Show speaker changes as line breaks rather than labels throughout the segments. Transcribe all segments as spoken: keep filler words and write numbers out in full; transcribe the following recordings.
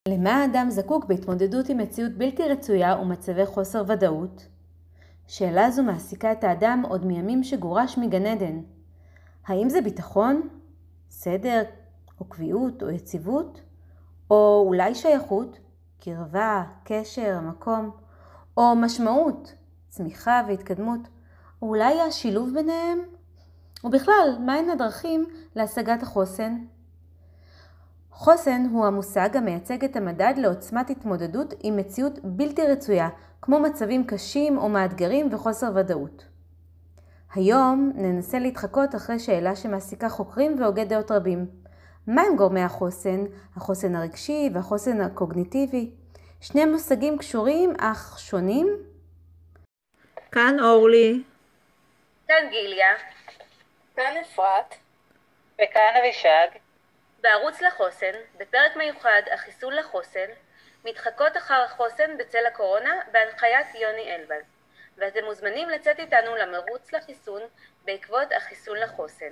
למה האדם זקוק בהתמודדות עם מציאות בלתי רצויה ומצבי חוסר ודאות? שאלה זו מעסיקה את האדם עוד מימים שגורש מגן עדן. האם זה ביטחון, סדר או קביעות או יציבות? או אולי שייכות, קרבה, קשר, מקום, או משמעות, צמיחה והתקדמות, או אולי השילוב ביניהם? ובכלל, מהן הדרכים להשגת החוסן? חוסן הוא המושג המייצג את המדד לעוצמת התמודדות עם מציאות בלתי רצויה, כמו מצבים קשים או מאתגרים וחוסר ודאות. היום ננסה להתחקות אחרי שאלה שמעסיקה חוקרים והוגי דעות רבים. מהם גורמי החוסן, החוסן הרגשי והחוסן הקוגניטיבי? שני מושגים קשורים אך שונים?
כאן אורלי.
כאן גיליה.
כאן אפרת.
וכאן אבישג.
בערוץ לחוסן, בפרק מיוחד החיסון לחוסן, מתחקות אחר החוסן בצל הקורונה בהנחיית יוני אלבז, ואתם מוזמנים לצאת איתנו למרוץ לחיסון בעקבות החיסון לחוסן.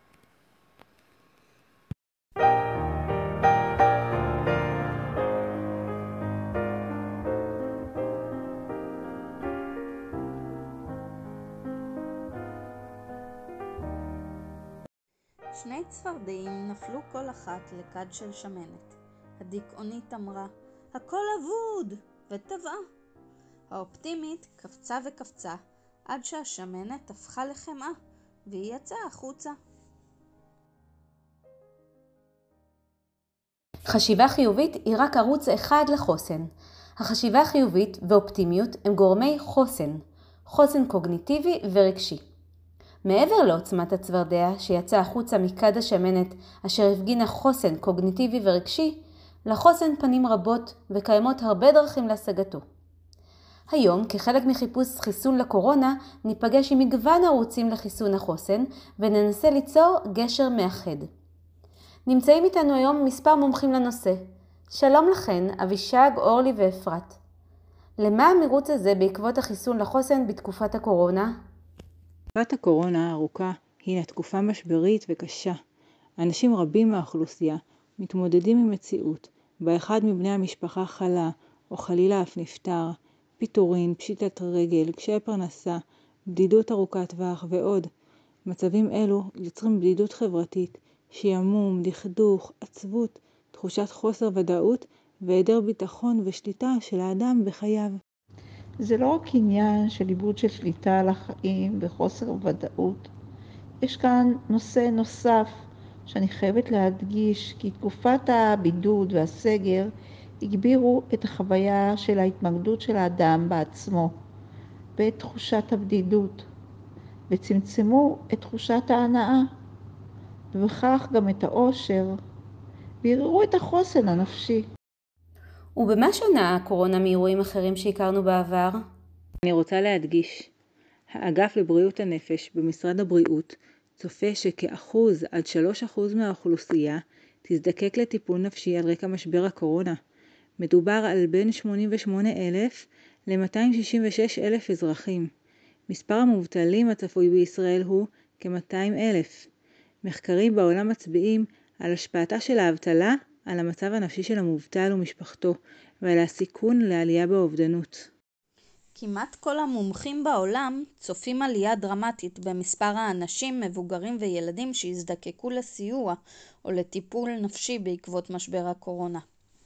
שני צפרדעים נפלו כל אחת לכד של שמנת. הדיכאונית אמרה, הכל אבוד, וטבעה. האופטימית קפצה וקפצה, עד שהשמנת הפכה לחמאה, והיא יצאה החוצה.
חשיבה חיובית היא רק ערוץ אחד לחוסן. החשיבה החיובית ואופטימיות הם גורמי חוסן, חוסן קוגניטיבי ורגשי. מעבר לעוצמת הצפרדע שיצא החוצה מכד השמנת אשר הפגינה חוסן קוגניטיבי ורגשי, לחוסן פנים רבות וקיימות הרבה דרכים להשגתו. היום, כחלק מחיפוש חיסון לקורונה, ניפגש עם מגוון ערוצים לחיסון החוסן וננסה ליצור גשר מאחד. נמצאים איתנו היום מספר מומחים לנושא. שלום לכן, אבישג, אורלי ואפרת. למה המרוץ הזה בעקבות החיסון לחוסן בתקופת הקורונה?
תקופת הקורונה הארוכה הינה תקופה משברית וקשה. אנשים רבים מהאוכלוסייה מתמודדים עם מציאות בה אחד מבני המשפחה חלה או חלילה אף נפטר, פיטורין, פשיטת רגל, קשיי פרנסה, בדידות ארוכת טווח ועוד. מצבים אלו יוצרים בדידות חברתית, שימום, דכדוך, עצבות, תחושת חוסר ודאות והיעדר ביטחון ושליטה של האדם בחייו.
זה לא רק עניין של איבוד של שליטה על החיים וחוסר ודאות. יש כאן נושא נוסף שאני חייבת להדגיש, כי תקופת הבידוד והסגר הגבירו את החוויה של ההתמקדות של האדם בעצמו ואת תחושת הבדידות, וצמצמו את תחושת ההנאה, ובכך גם את האושר, והרעו את החוסן הנפשי.
ובמה שונה הקורונה מאירועים אחרים שהכרנו בעבר?
אני רוצה להדגיש, האגף לבריאות הנפש במשרד הבריאות צופה שכאחוז עד שלוש אחוז מהאוכלוסייה תזדקק לטיפול נפשי על רקע משבר הקורונה. מדובר על בין שמונים ושמונה אלף ל-מאתיים שישים ושש אלף אזרחים. מספר המובטלים הצפוי בישראל הוא כ-מאתיים אלף. מחקרים בעולם מצביעים על השפעתה של האבטלה על המצב הנפשי של המובטל ומשפחתו ועל הסיכון לעלייה באובדנות.
כמעט כל המומחים בעולם צופים עלייה דרמטית במספר האנשים, מבוגרים וילדים שיזדקקו לסיוע או לטיפול נפשי בעקבות משבר הקורונה.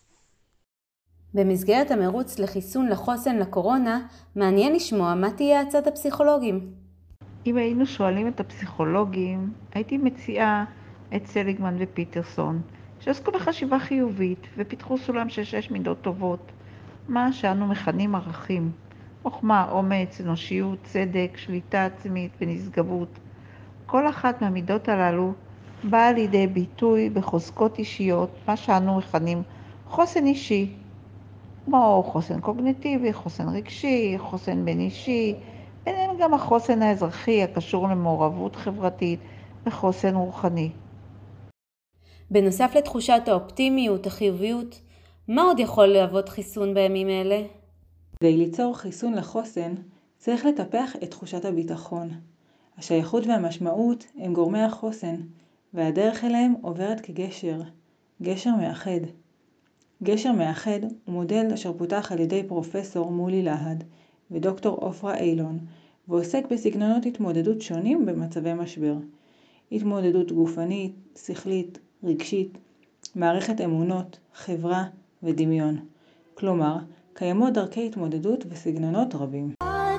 במסגרת המרוץ לחיסון לחוסן לקורונה, מעניין לשמוע מה תהיה הצד הפסיכולוגים.
אם היינו שואלים את הפסיכולוגים, הייתי מציעה את סליגמן ופיטרסון, שעסקו בחשיבה חיובית ופיתחו סולם של שש מידות טובות, מה שאנו מכנים ערכים, חוכמה, אומץ, אנושיות, צדק, שליטה עצמית ונשגבות. כל אחת מהמידות הללו באה לידי ביטוי בחוזקות אישיות, מה שאנו מכנים חוסן אישי, כמו חוסן קוגניטיבי, חוסן רגשי, חוסן בין אישי, ביניהם גם החוסן האזרחי הקשור למעורבות חברתית וחוסן רוחני.
בנוסף לתחושת האופטימיות, החיוביות, מה עוד יכול להוות חיסון בימים אלה?
כדי ליצור חיסון לחוסן, צריך לטפח את תחושת הביטחון. השייכות והמשמעות הם גורמי החוסן, והדרך אליהם עוברת כגשר, גשר מאחד. גשר מאחד הוא מודל אשר פותח על ידי פרופסור מולי להד ודוקטור עופרה אילון, ועוסק בסגנונות התמודדות שונים במצבי משבר. התמודדות גופנית, שכלית, רגשית, מערכת אמונות, חברה ודמיון. כלומר, קיימות דרכי התמודדות וסגנונות רבים.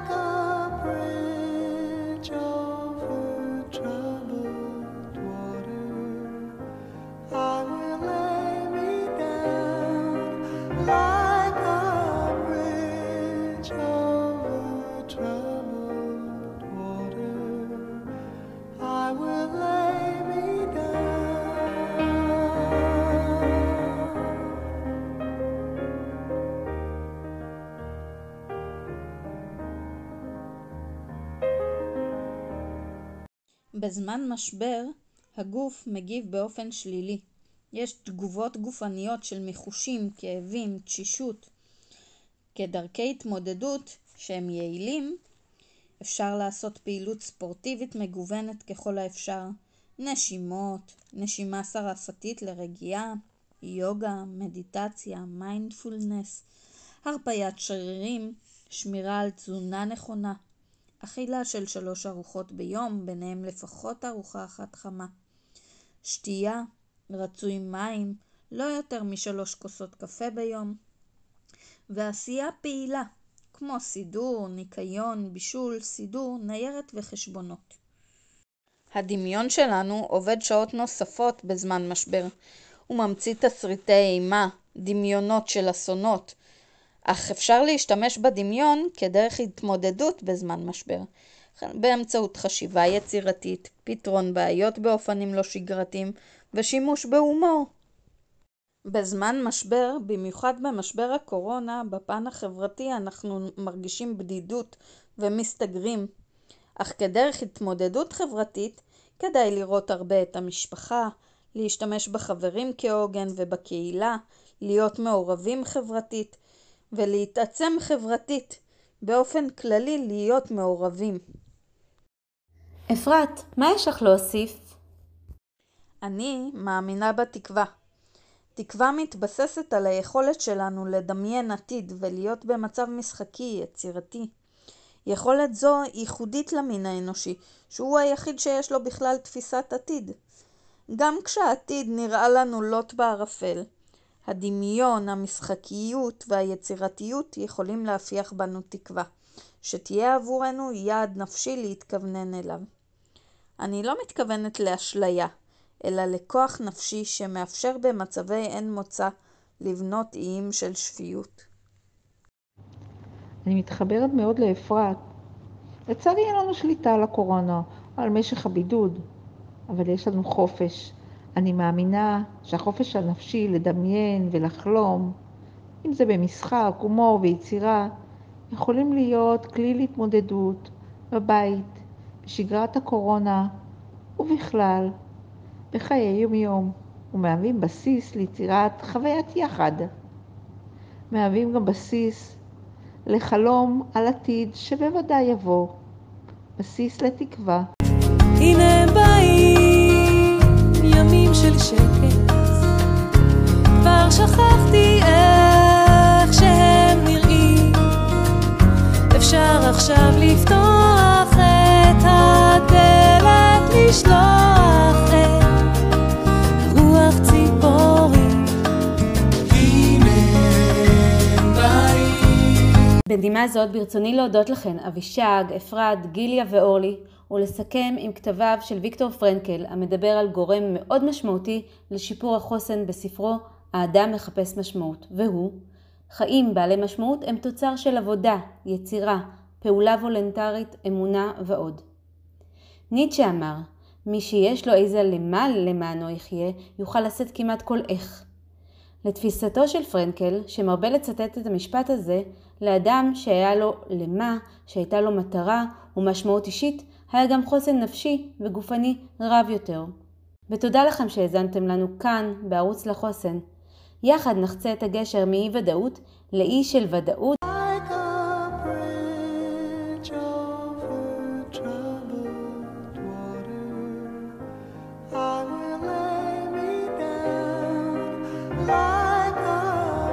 בזמן משבר, הגוף מגיב באופן שלילי. יש תגובות גופניות של מיחושים, כאבים, תשישות. כדרכי התמודדות שהם יעילים, אפשר לעשות פעילות ספורטיבית מגוונת ככל האפשר, נשימות, נשימה שרפתית לרגיעה, יוגה, מדיטציה, מיינדפולנס, הרפיית שרירים, שמירה על תזונה נכונה, אכילה של שלוש ארוחות ביום, ביניהם לפחות ארוחה אחת חמה, שתייה, רצוי מים, לא יותר משלוש כוסות קפה ביום, ועשייה פעילה, כמו סידור, ניקיון, בישול, סידור, ניירת וחשבונות. הדמיון שלנו עובד שעות נוספות בזמן משבר. הוא ממציא תסריטי אימה, דמיונות של אסונות, אך אפשר להשתמש בדמיון כדרך התמודדות בזמן משבר, באמצעות חשיבה יצירתית, פתרון בעיות באופנים לא שגרתיים ושימוש בהומור. בזמן משבר, במיוחד במשבר הקורונה, בפן החברתי אנחנו מרגישים בדידות ומסתגרים. אך כדרך התמודדות חברתית, כדאי לראות הרבה את המשפחה, להשתמש בחברים כעוגן ובקהילה, להיות מעורבים חברתית ולהתעצם חברתית. באופן כללי להיות מעורבים.
אפרת, מה יש לך להוסיף?
אני מאמינה בתקווה. תקווה מתבססת על היכולת שלנו לדמיין עתיד ולהיות במצב משחקי, יצירתי. יכולת זו ייחודית למין האנושי, שהוא היחיד שיש לו בכלל תפיסת עתיד. גם כשהעתיד נראה לנו לוט בערפל, הדמיון, המשחקיות והיצירתיות יכולים להפיח בנו תקווה, שתהיה עבורנו יעד נפשי להתכוונן אליו. אני לא מתכוונת לאשליה, אלא לכוח נפשי שמאפשר במצבי אין מוצא לבנות איים של שפיות.
אני מתחברת מאוד לאפרת. לצערי אין לנו שליטה על הקורונה, על משך הבידוד, אבל יש לנו חופש. אני מאמינה שהחופש הנפשי לדמיין ולחלום, אם זה במשחק, הומור ויצירה, יכולים להיות כלי להתמודדות בבית, בשגרת הקורונה ובכלל, בחיי יום יום, ומהווים בסיס ליצירת חוויית יחד. מהווים גם בסיס לחלום על עתיד שבוודאי יבוא, בסיס לתקווה.
הנה הם באים, ימים של שקט, כבר שכחתי איך שהם נראים, אפשר עכשיו לפתוח את הדלת, לשלוח את רוח ציפורים. הנה הם באים.
בנימה זאת ברצוני להודות לכן אבישג, אפרת, גיליה ואורלי, ולסכם עם כתביו של ויקטור פרנקל המדבר על גורם מאוד משמעותי לשיפור החוסן בספרו האדם מחפש משמעות, והוא: חיים בעלי משמעות הם תוצר של עבודה, יצירה, פעולה וולונטרית, אמונה ועוד. ניטשה אמר, מי שיש לו איזה למה למענו יחיה, יוכל לשאת כמעט כל איך. לתפיסתו של פרנקל, שמרבה לצטט את המשפט הזה, לאדם שהיה לו למה, שהייתה לו מטרה ומשמעות אישית, היה גם חוסן נפשי וגופני רב יותר. ותודה לכם שהאזנתם לנו כאן בערוץ לחוסן. יחד נחצה את הגשר מאי ודאות לאי של ודאות.
Like a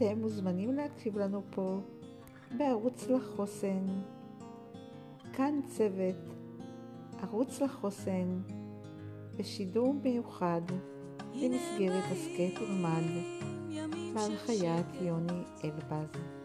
אתם מוזמנים להקשיב לנו פה בערוץ לחוסן. כאן צוות ערוץ לחוסן בשידור מיוחד במסגרת הסכת ולמד בהנחיית יוני אלבז.